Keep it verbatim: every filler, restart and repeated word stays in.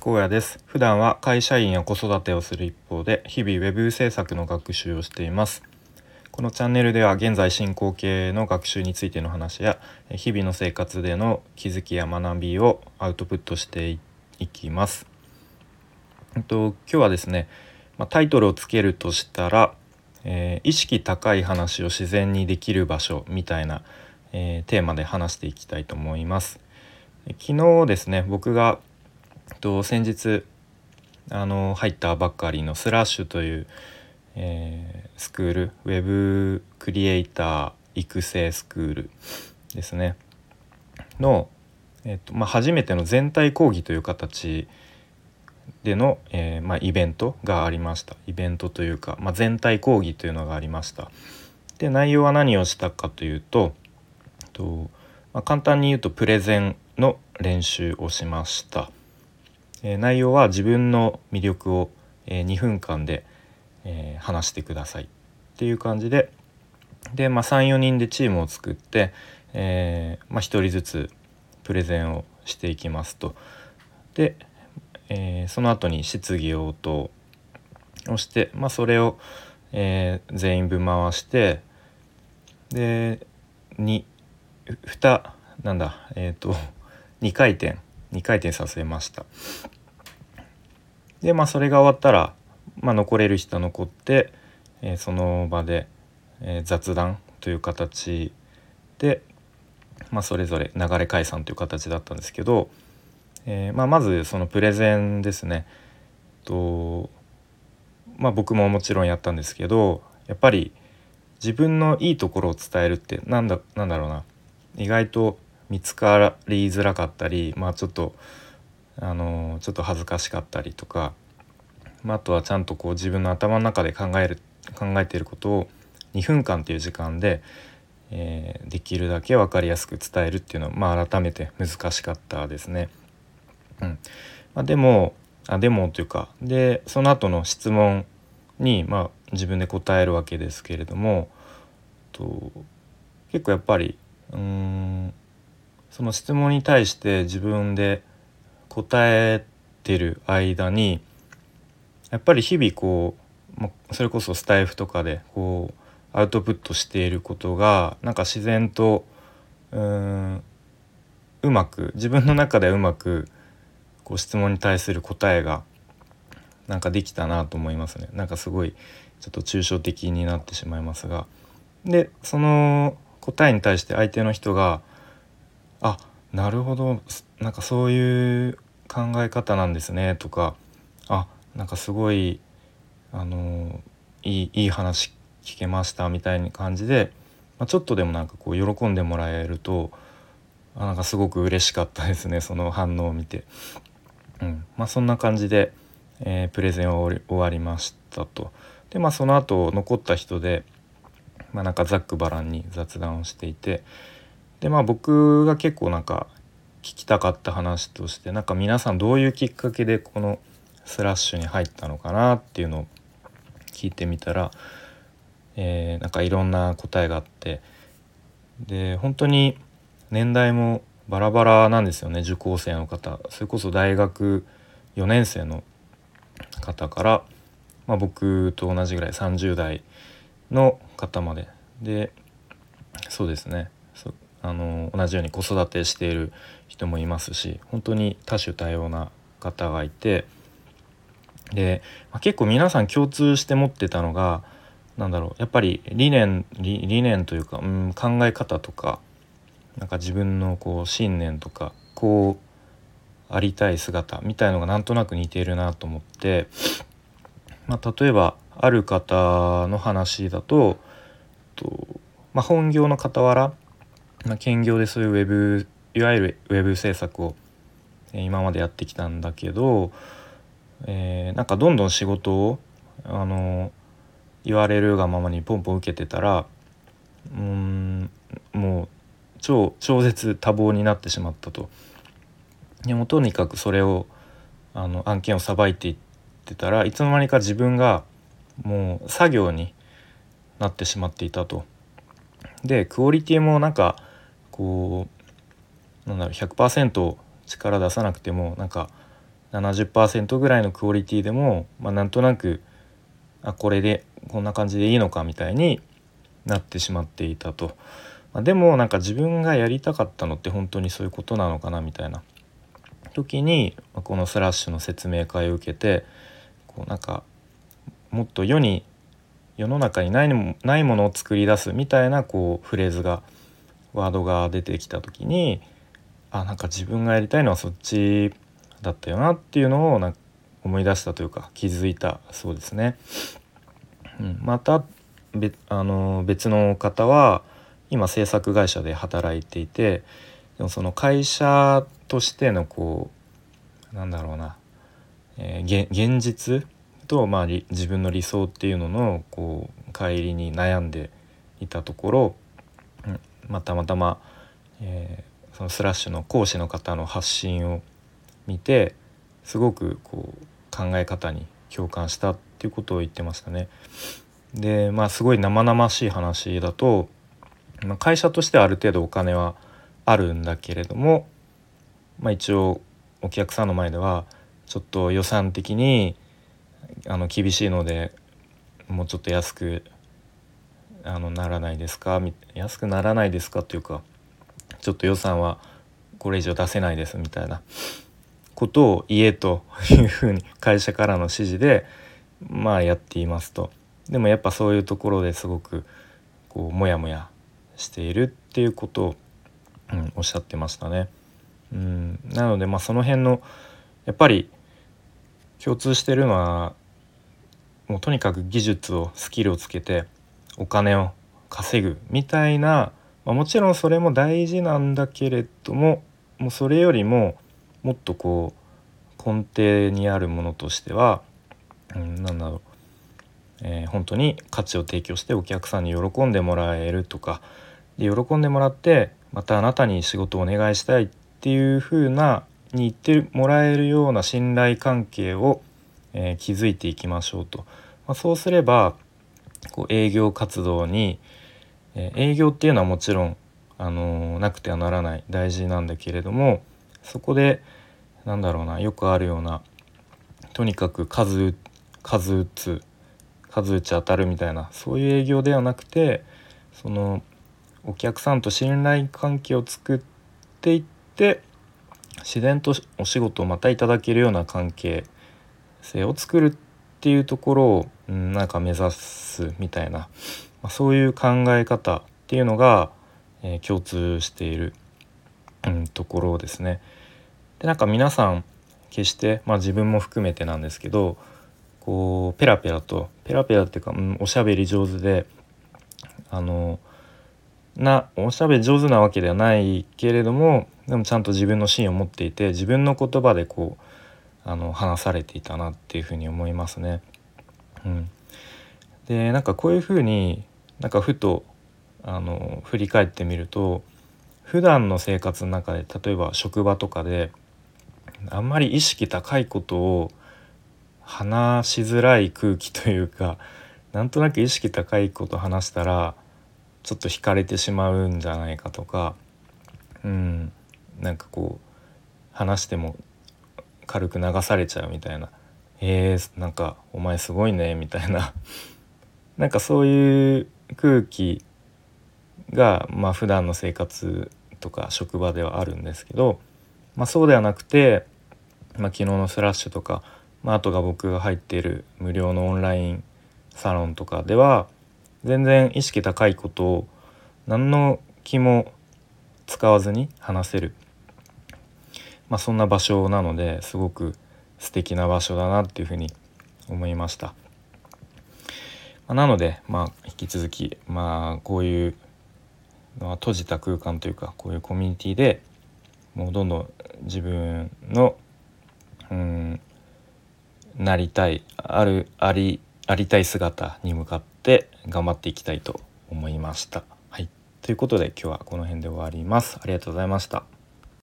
荒野です。普段は会社員や子育てをする一方で日々ウェブ制作の学習をしています。このチャンネルでは現在進行形の学習についての話や日々の生活での気づきや学びをアウトプットしていきます。えっと、今日はですね、まあ、タイトルをつけるとしたら、えー意識高い話を自然にできる場所みたいな、えーテーマで話していきたいと思います。昨日ですね、僕がと先日あの入ったばっかりのスラッシュという、えースクールウェブクリエイター育成スクールですねの、えっとまあ、初めての全体講義という形での、えーまあ、イベントがありました。イベントというか、まあ、全体講義というのがありました。で内容は何をしたかというと、とまあ、簡単に言うとプレゼンの練習をしました。えー内容は自分の魅力を、えーにふんかんで、えー話してくださいっていう感じで、で、まあ、さん、よにんでチームを作って、えーまあ、ひとりずつプレゼンをしていきますと。で、えーその後に質疑応答をして、まあ、それを、えー全員分回して、でに2なんだえっ、とにかい転にかい転させました。でまあそれが終わったら、まあ、残れる人は残って、えーその場で、えー雑談という形で、まあ、それぞれ流れ解散という形だったんですけど、えーまあ、まずそのプレゼンですね。とまあ僕ももちろんやったんですけど、やっぱり自分のいいところを伝えるってなんだ、なんだろうな、意外と見つかりづらかったり、まあちょっとあのちょっと恥ずかしかったりとか、まあ、あとはちゃんとこう自分の頭の中で考える考えていることをにふんかんっていう時間で、えーできるだけ分かりやすく伝えるっていうのは、まあ、改めて難しかったですね。うんまあ、でもあでもというかでその後の質問に、まあ、自分で答えるわけですけれども、と結構やっぱりうーんその質問に対して自分で答えてる間にやっぱり日々こう、まあ、それこそスタイフとかでこうアウトプットしていることがなんか自然とうーんうまく自分の中ではうまくこう質問に対する答えがなんかできたなと思いますね。なんかすごいちょっと抽象的になってしまいますが、でその答えに対して相手の人があなるほどなんかそういう考え方なんですねとか、あなんかすごいあのいい、いい話聞けましたみたいな感じで、まあ、ちょっとでもなんかこう喜んでもらえるとあなんかすごく嬉しかったですね、その反応を見て。うんまあ、そんな感じで、えープレゼンは終わり終わりましたと。でまあその後残った人で、まあ、なんかざっくばらんに雑談をしていて、でまあ僕が結構なんか聞きたかった話として、なんか皆さんどういうきっかけでこのスラッシュに入ったのかなっていうのを聞いてみたら、えーなんかいろんな答えがあって、で本当に年代もバラバラなんですよね。受講生の方、それこそ大学よねん生の方から、まあ、僕と同じぐらいさんじゅう代の方までで、そうですね、そあの同じように子育てしている人もいますし、本当に多種多様な方がいて、で、まあ、結構皆さん共通して持ってたのがなんだろう、やっぱり理念理、理念というか、うん、考え方とか、なんか自分のこう信念とかこうありたい姿みたいのがなんとなく似ているなと思って、まあ、例えばある方の話だと、と、まあ、本業の傍ら、まあ、兼業でそういうウェブいわゆるウェブ制作をえー今までやってきたんだけど、えーなんかどんどん仕事をあの言われるがままにポンポン受けてたら、うーんもう超超絶多忙になってしまったと。でもとにかくそれをあの案件をさばいていってたらいつの間にか自分がもう作業になってしまっていたと。でクオリティもなんかこうなんだろうひゃくパーセント力出さなくてもなんかななじゅっパーセント ぐらいのクオリティでも、まあ、なんとなくあこれでこんな感じでいいのかみたいになってしまっていたと。まあ、でもなんか自分がやりたかったのって本当にそういうことなのかなみたいな時に、まあこのスラッシュの説明会を受けて、こうなんかもっと世に世の中にないもないものを作り出すみたいなこうフレーズがワードが出てきた時に、あなんか自分がやりたいのはそっちだったよなっていうのをなんか思い出したというか気づいたそうですね。うん、また別あの別の方は今制作会社で働いていて、でもその会社としてのこうなんだろうな、えー、現実と、まあ、自分の理想っていうののこう乖離に悩んでいたところ、うん、まあたまたま、えー、そのスラッシュの講師の方の発信を見てすごくこう考え方に共感したっていうことを言ってましたね。でまあすごい生々しい話だと、まあ、会社としてはある程度お金はあるんだけれども、まあ、一応お客さんの前ではちょっと予算的にあの厳しいのでもうちょっと安くあのならないですかみ安くならないですかっていうかちょっと予算はこれ以上出せないですみたいなことを言えというふうに会社からの指示でまあやっていますと。でもやっぱそういうところですごくこうモヤモヤしているっていうことを、うん、おっしゃってましたね。うん、なのでまあその辺のやっぱり共通してるのはもうとにかく技術をスキルをつけてお金を稼ぐみたいな、まあ、もちろんそれも大事なんだけれども、もうそれよりももっとこう根底にあるものとしては、うん、なんだろう、えー、本当に価値を提供してお客さんに喜んでもらえるとかで喜んでもらってまたあなたに仕事をお願いしたいっていう風なに言ってもらえるような信頼関係を、えー築いていきましょうと。まあ、そうすればこう営業活動に、えー営業っていうのはもちろん、あのーなくてはならない大事なんだけれども、そこでなんだろうな、よくあるようなとにかく数数打つ数打ち当たるみたいなそういう営業ではなくて、そのお客さんと信頼関係を作っていって自然とお仕事をまたいただけるような関係性を作るっていうところを、うん、なんか目指すみたいな、まあ、そういう考え方っていうのが、えー共通している、うん、ところですね。でなんか皆さん決して、まあ、自分も含めてなんですけどこうペラペラとペラペラっていうか、うん、おしゃべり上手であのなおしゃべり上手なわけではないけれどもでもちゃんと自分の芯を持っていて自分の言葉でこうあの話されていたなっていうふうに思いますね。うん、でなんかこういうふうになんかふとあの振り返ってみると普段の生活の中で例えば職場とかであんまり意識高いことを話しづらい空気というかなんとなく意識高いこと話したらちょっと惹かれてしまうんじゃないかとか、うん、なんかこう話しても軽く流されちゃうみたいな、えー、なんかお前すごいねみたいななんかそういう空気がまあ普段の生活とか職場ではあるんですけど、まあ、そうではなくて、まあ、昨日のスラッシュとか、まあ、あとが僕が入っている無料のオンラインサロンとかでは全然意識高いことを何の気も使わずに話せる、まあ、そんな場所なのですごく素敵な場所だなっていうふうに思いました。まあ、なので、まあ、引き続き、まあ、こういうのは閉じた空間というかこういうコミュニティでもうどんどん自分の、うん、なりたいあるありありたい姿に向かって頑張っていきたいと思いました。はい、ということで今日はこの辺で終わります。ありがとうございました。